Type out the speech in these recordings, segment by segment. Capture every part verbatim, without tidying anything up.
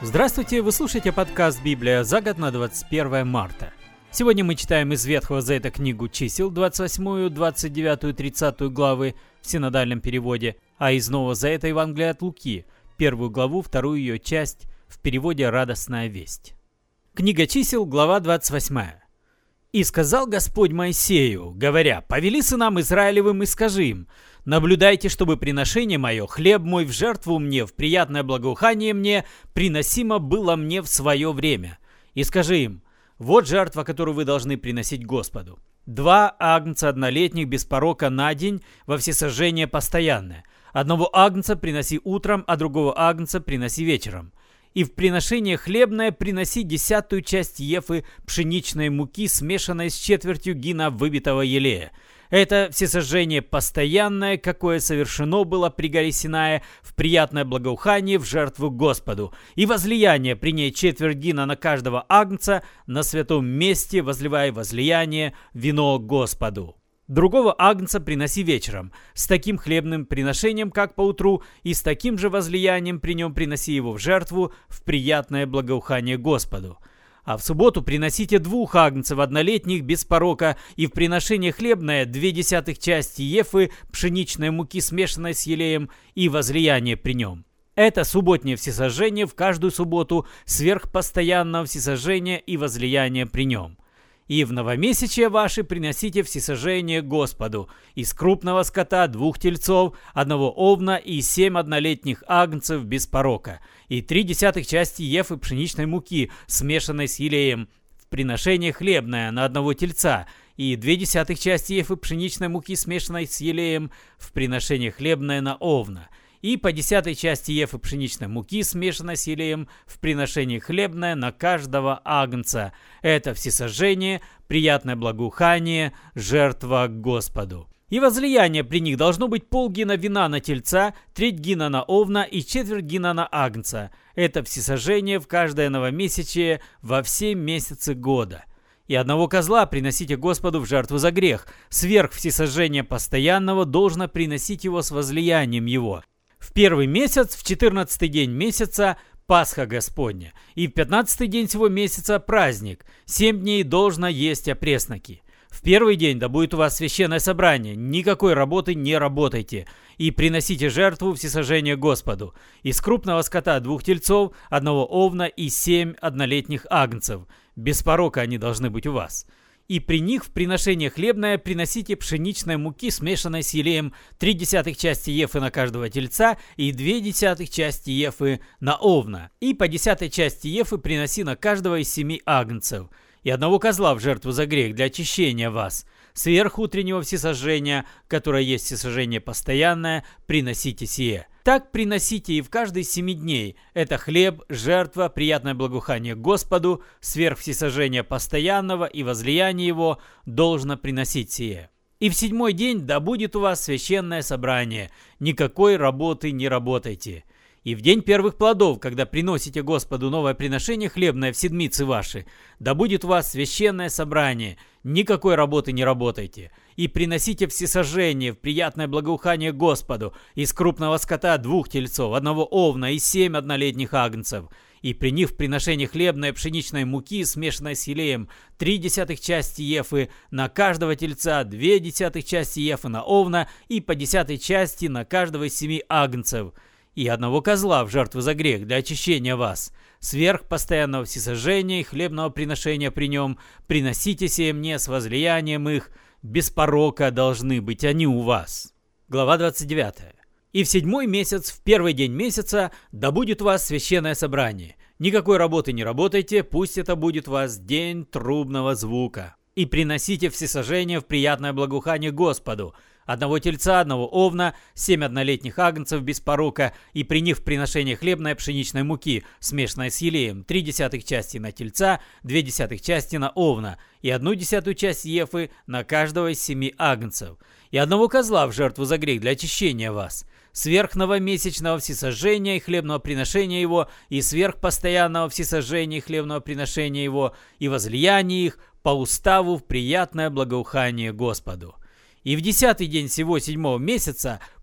Здравствуйте, вы слушаете подкаст «Библия за год» на двадцать первое марта. Сегодня мы читаем из Ветхого Завета книгу Чисел, двадцать восьмую, двадцать девятую, тридцатую главы в синодальном переводе, а из Нового Завета Евангелие от Луки, первую главу, вторую ее часть в переводе «Радостная весть». Книга Чисел, глава двадцать восьмая. «И сказал Господь Моисею, говоря, повели сынам Израилевым и скажи им, наблюдайте, чтобы приношение мое, хлеб мой в жертву мне, в приятное благоухание мне, приносимо было мне в свое время. И скажи им, вот жертва, которую вы должны приносить Господу. Два агнца однолетних без порока на день во всесожжение постоянное. Одного агнца приноси утром, а другого агнца приноси вечером. И в приношение хлебное приноси десятую часть ефы пшеничной муки, смешанной с четвертью гина выбитого елея. Это всесожжение постоянное, какое совершено было при горе Синая в приятное благоухание в жертву Господу. И возлияние при ней четверть гина на каждого агнца на святом месте, возливая возлияние вино Господу. Другого агнца приноси вечером, с таким хлебным приношением, как поутру, и с таким же возлиянием при нем приноси его в жертву в приятное благоухание Господу. А в субботу приносите двух агнцев однолетних без порока, и в приношение хлебное две десятых части ефы пшеничной муки, смешанной с елеем, и возлияние при нем. Это субботнее всесожжение в каждую субботу, сверх постоянного всесожжения и возлияния при нем. И в новомесячие ваши приносите всесожжение Господу. Из крупного скота двух тельцов, одного овна и семь однолетних агнцев без порока. И три десятых части ефы пшеничной муки, смешанной с елеем, в приношение хлебное на одного тельца. И две десятых части ефы пшеничной муки, смешанной с елеем, в приношение хлебное на овна. И по десятой части ефы пшеничной муки, смешанной с елеем, в приношение хлебное на каждого агнца. Это всесожжение, приятное благоухание, жертва Господу. И возлияние при них должно быть полгина вина на тельца, треть гина на овна и четверть гина на агнца. Это всесожжение в каждое новомесячие во все месяцы года. И одного козла приносите Господу в жертву за грех. Сверх всесожжения постоянного должно приносить его с возлиянием его. В первый месяц, в четырнадцатый день месяца, Пасха Господня, и в пятнадцатый день сего месяца праздник. Семь дней должно есть опресноки. В первый день да будет у вас священное собрание, никакой работы не работайте, и приносите жертву всесожжения Господу. Из крупного скота двух тельцов, одного овна и семь однолетних агнцев. Без порока они должны быть у вас. И при них в приношение хлебное приносите пшеничной муки, смешанной с елеем, три десятых части ефы на каждого тельца и две десятых части ефы на овна. И по десятой части ефы приноси на каждого из семи агнцев. И одного козла в жертву за грех для очищения вас. Сверх утреннего всесожжения, которое есть всесожжение постоянное, приносите сие. Так приносите и в каждый из семи дней. Это хлеб, жертва, приятное благоухание Господу, сверх всесожжения постоянного и возлияние его должно приносить сие. И в седьмой день да будет у вас священное собрание. Никакой работы не работайте. И в день первых плодов, когда приносите Господу новое приношение хлебное в седмицы ваши, да будет у вас священное собрание, никакой работы не работайте. И приносите всесожжение в приятное благоухание Господу из крупного скота двух тельцов, одного овна и семь однолетних агнцев. И при них в приношение хлебной пшеничной муки, смешанной с елеем, три десятых части ефы на каждого тельца, две десятых части ефы на овна и по десятой части на каждого из семи агнцев. И одного козла в жертву за грех для очищения вас. Сверх постоянного всесожжения и хлебного приношения при нем приносите сие мне с возлиянием их. Без порока должны быть они у вас. Глава двадцать девятая. И в седьмой месяц, в первый день месяца, да будет у вас священное собрание. Никакой работы не работайте, пусть это будет у вас день трубного звука. И приносите всесожжение в приятное благоухание Господу. Одного тельца, одного овна, семь однолетних агнцев без порока, и при них в приношение хлебной пшеничной муки, смешанной с елеем, три десятых части на тельца, две десятых части на овна, и одну десятую часть ефы на каждого из семи агнцев, и одного козла в жертву за грех для очищения вас, сверх новомесячного всесожжения и хлебного приношения его, и сверх постоянного всесожжения и хлебного приношения его, и возлияния их по уставу в приятное благоухание Господу. И в десятый день сего седьмого месяца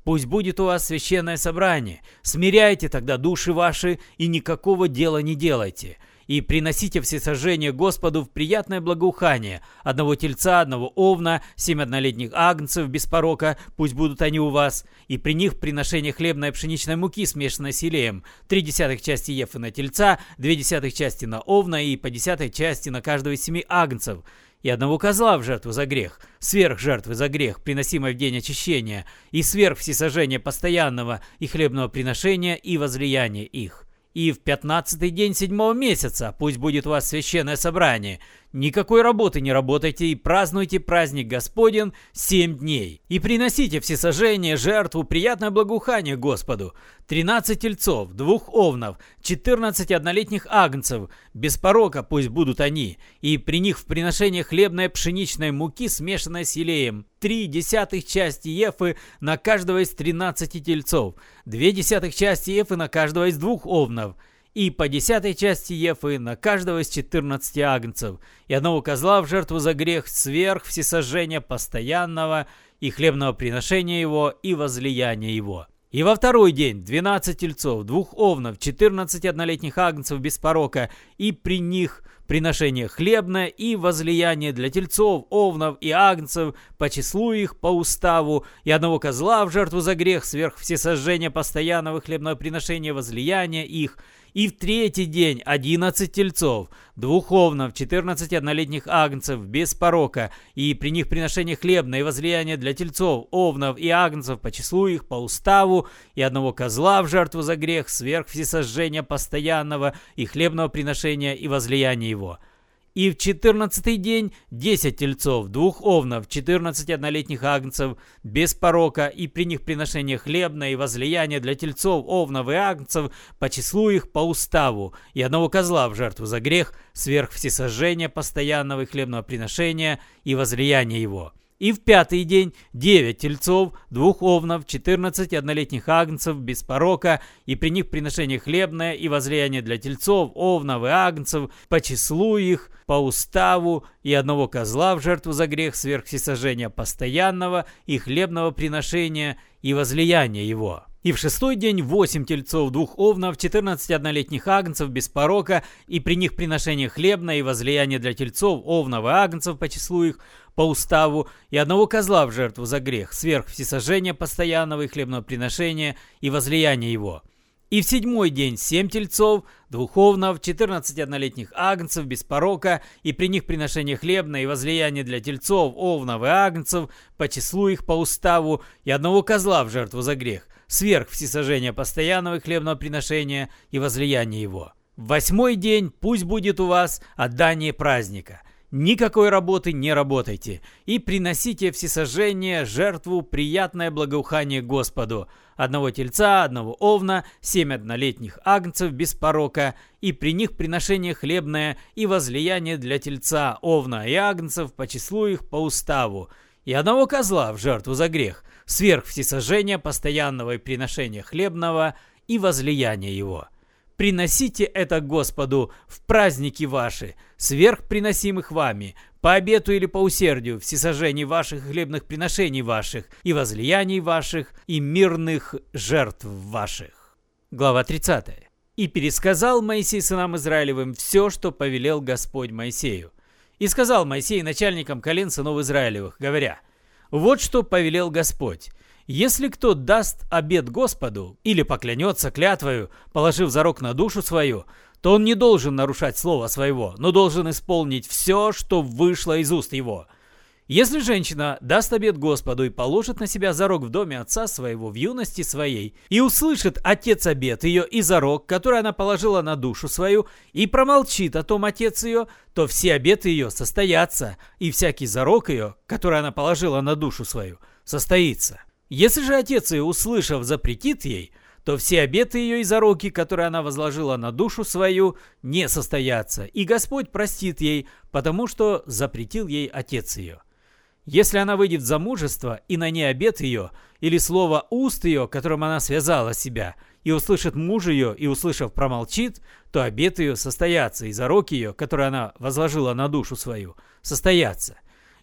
пусть будет у вас священное собрание. Смиряйте тогда души ваши и никакого дела не делайте. И приносите всесожжение Господу в приятное благоухание: одного тельца, одного овна, семь однолетних агнцев без порока, пусть будут они у вас, и при них приношение хлебной пшеничной муки, смешанной с елеем, три десятых части ефы на тельца, две десятых части на овна и по десятой части на каждого из семи агнцев, и одного козла в жертву за грех, сверх жертвы за грех, приносимой в день очищения, и сверх всесожжения постоянного и хлебного приношения и возлияния их. И в пятнадцатый день седьмого месяца пусть будет у вас священное собрание. Никакой работы не работайте и празднуйте праздник Господень семь дней. И приносите всесожжение, жертву, приятное благоухание Господу. Тринадцать тельцов, двух овнов, четырнадцать однолетних агнцев, без порока пусть будут они. И при них в приношение хлебной пшеничной муки, смешанной с елеем, три десятых части ефы на каждого из тринадцати тельцов, две десятых части ефы на каждого из двух овнов, и по десятой части ефы на каждого из четырнадцати агнцев, и одного козла в жертву за грех сверх всесожжения постоянного и хлебного приношения его и возлияния его. И во второй день двенадцать тельцов, двух овнов, четырнадцать однолетних агнцев без порока, и при них приношение хлебное и возлияние для тельцов, овнов и агнцев по числу их по уставу, и одного козла в жертву за грех сверх всесожжения постоянного хлебного приношения возлияния их. И в третий день одиннадцать тельцов, двух овнов, четырнадцать однолетних агнцев без порока, и при них приношение хлебное и возлияние для тельцов, овнов и агнцев по числу их по уставу, и одного козла в жертву за грех сверх всесожжения постоянного и хлебного приношения и возлияния его. И в четырнадцатый день десять тельцов, двух овнов, четырнадцать однолетних агнцев без порока, и при них приношение хлебное и возлияние для тельцов, овнов и агнцев по числу их по уставу, и одного козла в жертву за грех сверх всесожжения постоянного и хлебного приношения и возлияния его. И в пятый день девять тельцов, двух овнов, четырнадцать однолетних агнцев без порока, и при них приношение хлебное и возлияние для тельцов, овнов и агнцев по числу их, по уставу, и одного козла в жертву за грех сверх всесожжения постоянного и хлебного приношения и возлияния его. И в шестой день восемь тельцов, двух овнов, четырнадцать однолетних агнцев без порока, и при них приношение хлебное и возлияние для тельцов, овнов и агнцев по числу их, по уставу, и одного козла в жертву за грех, сверх всесожжения постоянного и хлебного приношения и возлияния его. И в седьмой день семь тельцов, двух овнов, четырнадцать однолетних агнцев без порока, и при них приношение хлебное и возлияние для тельцов, овнов и агнцев по числу их по уставу, и одного козла в жертву за грех, сверх всесожжения постоянного и хлебного приношения и возлияния его. В восьмой день пусть будет у вас отдание праздника. Никакой работы не работайте, и приносите всесожжение, жертву, приятное благоухание Господу: одного тельца, одного овна, семь однолетних агнцев без порока, и при них приношение хлебное и возлияние для тельца, овна и агнцев по числу их по уставу, и одного козла в жертву за грех, сверх всесожжения постоянного и приношения хлебного и возлияния его. Приносите это Господу в праздники ваши, сверх приносимых вами, по обету или по усердию, всесожжений ваших и хлебных приношений ваших, и возлияний ваших, и мирных жертв ваших. Глава тридцатая. «И пересказал Моисей сынам Израилевым все, что повелел Господь Моисею. И сказал Моисей начальникам колен сынов Израилевых, говоря: вот что повелел Господь. Если кто даст обет Господу или поклянется клятвою, положив зарок на душу свою, то он не должен нарушать слова своего, но должен исполнить все, что вышло из уст его. Если женщина даст обет Господу и положит на себя зарок в доме отца своего в юности своей, и услышит отец обет ее и зарок, который она положила на душу свою, и промолчит о том отец ее, то все обеты ее состоятся, и всякий зарок ее, который она положила на душу свою, состоится. Если же отец ее, услышав, запретит ей, то все обеты ее и зароки, которые она возложила на душу свою, не состоятся, и Господь простит ей, потому что запретил ей отец ее. Если она выйдет в замужество, и на ней обет ее, или слово уст ее, которым она связала себя, и услышит муж ее, и, услышав, промолчит, то обет ее состоятся, и зарок ее, который она возложила на душу свою, состоятся.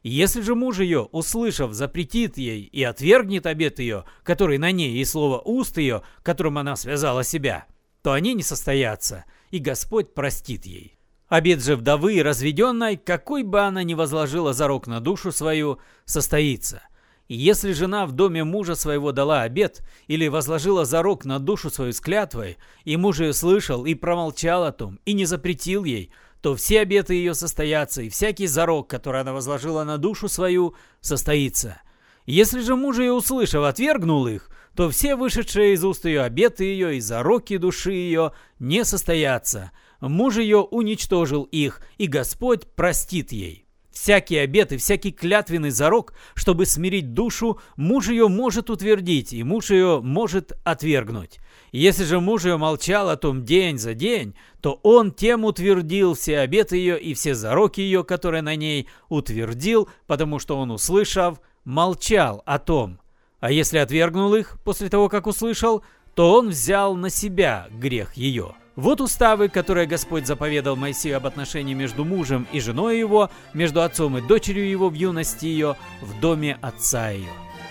Если же муж ее, услышав, запретит ей и отвергнет обет ее, который на ней, и слово уст ее, которым она связала себя, то они не состоятся, и Господь простит ей. Обет же вдовы и разведенной, какой бы она ни возложила зарок на душу свою, состоится. И если жена в доме мужа своего дала обет или возложила зарок на душу свою с клятвой, и муж ее слышал и промолчал о том, и не запретил ей, то все обеты ее состоятся, и всякий зарок, который она возложила на душу свою, состоится. Если же муж ее, услышав, отвергнул их, то все вышедшие из уст ее обеты ее и зароки души ее не состоятся. Муж ее уничтожил их, и Господь простит ей. Всякий обет и всякий клятвенный зарок, чтобы смирить душу, муж ее может утвердить, и муж ее может отвергнуть. Если же муж ее молчал о том день за день, то он тем утвердил все обеты ее и все зароки ее, которые на ней, утвердил, потому что он, услышав, молчал о том. А если отвергнул их после того, как услышал, то он взял на себя грех ее. Вот уставы, которые Господь заповедал Моисею об отношении между мужем и женой его, между отцом и дочерью его в юности ее, в доме отца ее.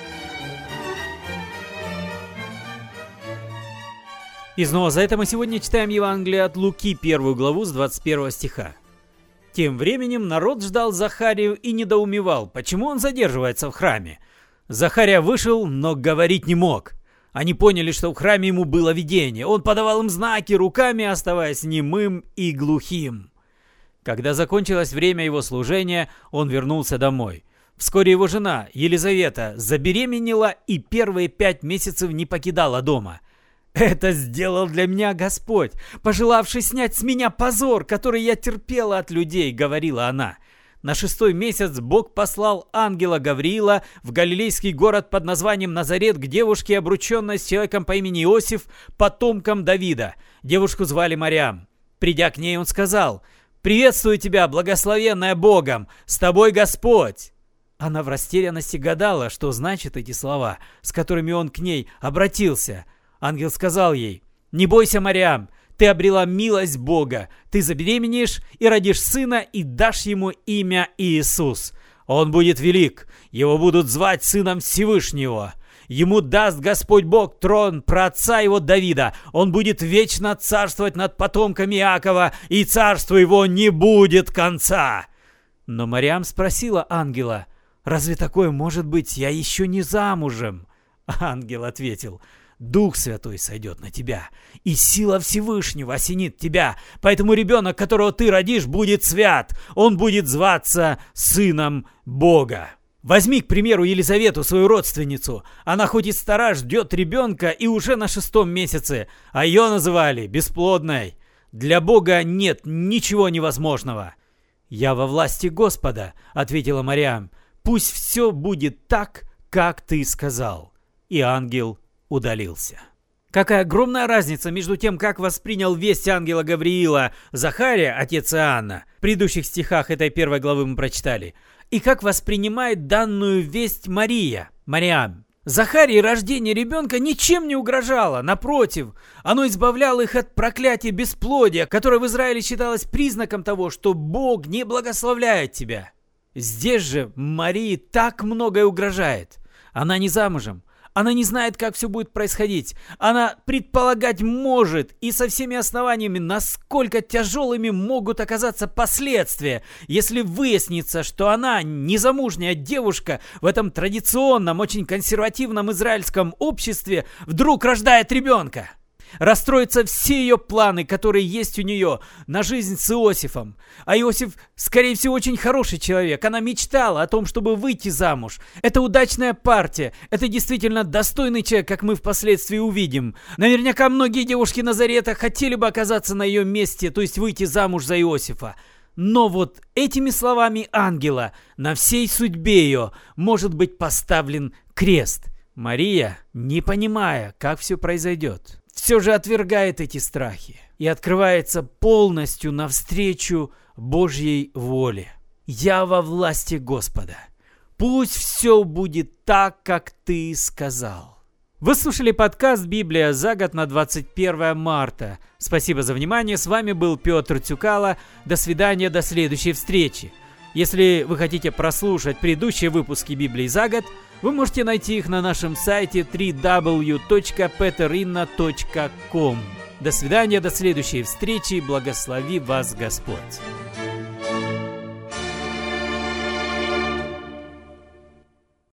И снова за это мы сегодня читаем Евангелие от Луки, первую главу с двадцать первого стиха. Тем временем народ ждал Захарию и недоумевал, почему он задерживается в храме. Захария вышел, но говорить не мог. Они поняли, что в храме ему было видение. Он подавал им знаки руками, оставаясь немым и глухим. Когда закончилось время его служения, он вернулся домой. Вскоре его жена, Елизавета, забеременела и первые пять месяцев не покидала дома. «Это сделал для меня Господь, пожелавший снять с меня позор, который я терпела от людей», — говорила она. На шестой месяц Бог послал ангела Гавриила в галилейский город под названием Назарет к девушке, обрученной с человеком по имени Иосиф, потомком Давида. Девушку звали Мариам. Придя к ней, он сказал: «Приветствую тебя, благословенная Богом, с тобой Господь!» Она в растерянности гадала, что значат эти слова, с которыми он к ней обратился. Ангел сказал ей: «Не бойся, Мариам, ты обрела милость Бога, ты забеременеешь и родишь сына, и дашь ему имя Иисус. Он будет велик, его будут звать Сыном Всевышнего. Ему даст Господь Бог трон праотца его Давида. Он будет вечно царствовать над потомками Иакова, и царству его не будет конца». Но Мариам спросила ангела: «Разве такое может быть? Я еще не замужем». Ангел ответил: «Дух Святой сойдет на тебя, и сила Всевышнего осенит тебя, поэтому ребенок, которого ты родишь, будет свят, он будет зваться Сыном Бога». Возьми, к примеру, Елизавету, свою родственницу. Она хоть и стара, ждет ребенка и уже на шестом месяце, а ее называли бесплодной. Для Бога нет ничего невозможного. «Я во власти Господа», — ответила Мариам. «Пусть все будет так, как ты сказал». И ангел удалился. Какая огромная разница между тем, как воспринял весть ангела Гавриила Захария, отец Иоанна, в предыдущих стихах этой первой главы мы прочитали, и как воспринимает данную весть Мария, Мариам. Захарии рождение ребенка ничем не угрожало, напротив, оно избавляло их от проклятия бесплодия, которое в Израиле считалось признаком того, что Бог не благословляет тебя. Здесь же Марии так многое угрожает. Она не замужем. Она не знает, как все будет происходить. Она предполагать может и со всеми основаниями, насколько тяжелыми могут оказаться последствия, если выяснится, что она, незамужняя девушка в этом традиционном, очень консервативном израильском обществе, вдруг рождает ребенка. Расстроятся все ее планы, которые есть у нее на жизнь с Иосифом. А Иосиф, скорее всего, очень хороший человек. Она мечтала о том, чтобы выйти замуж. Это удачная партия. Это действительно достойный человек, как мы впоследствии увидим. Наверняка многие девушки Назарета хотели бы оказаться на ее месте, то есть выйти замуж за Иосифа. Но вот этими словами ангела на всей судьбе ее может быть поставлен крест. Мария, не понимая, как все произойдет, все же отвергает эти страхи и открывается полностью навстречу Божьей воле. «Я во власти Господа. Пусть все будет так, как ты сказал». Вы слушали подкаст «Библия за год» на двадцать первое марта. Спасибо за внимание. С вами был Петр Цюкало. До свидания, до следующей встречи. Если вы хотите прослушать предыдущие выпуски Библии за год, вы можете найти их на нашем сайте дабл ю дабл ю дабл ю точка петеринна точка ком. До свидания, до следующей встречи, благослови вас Господь.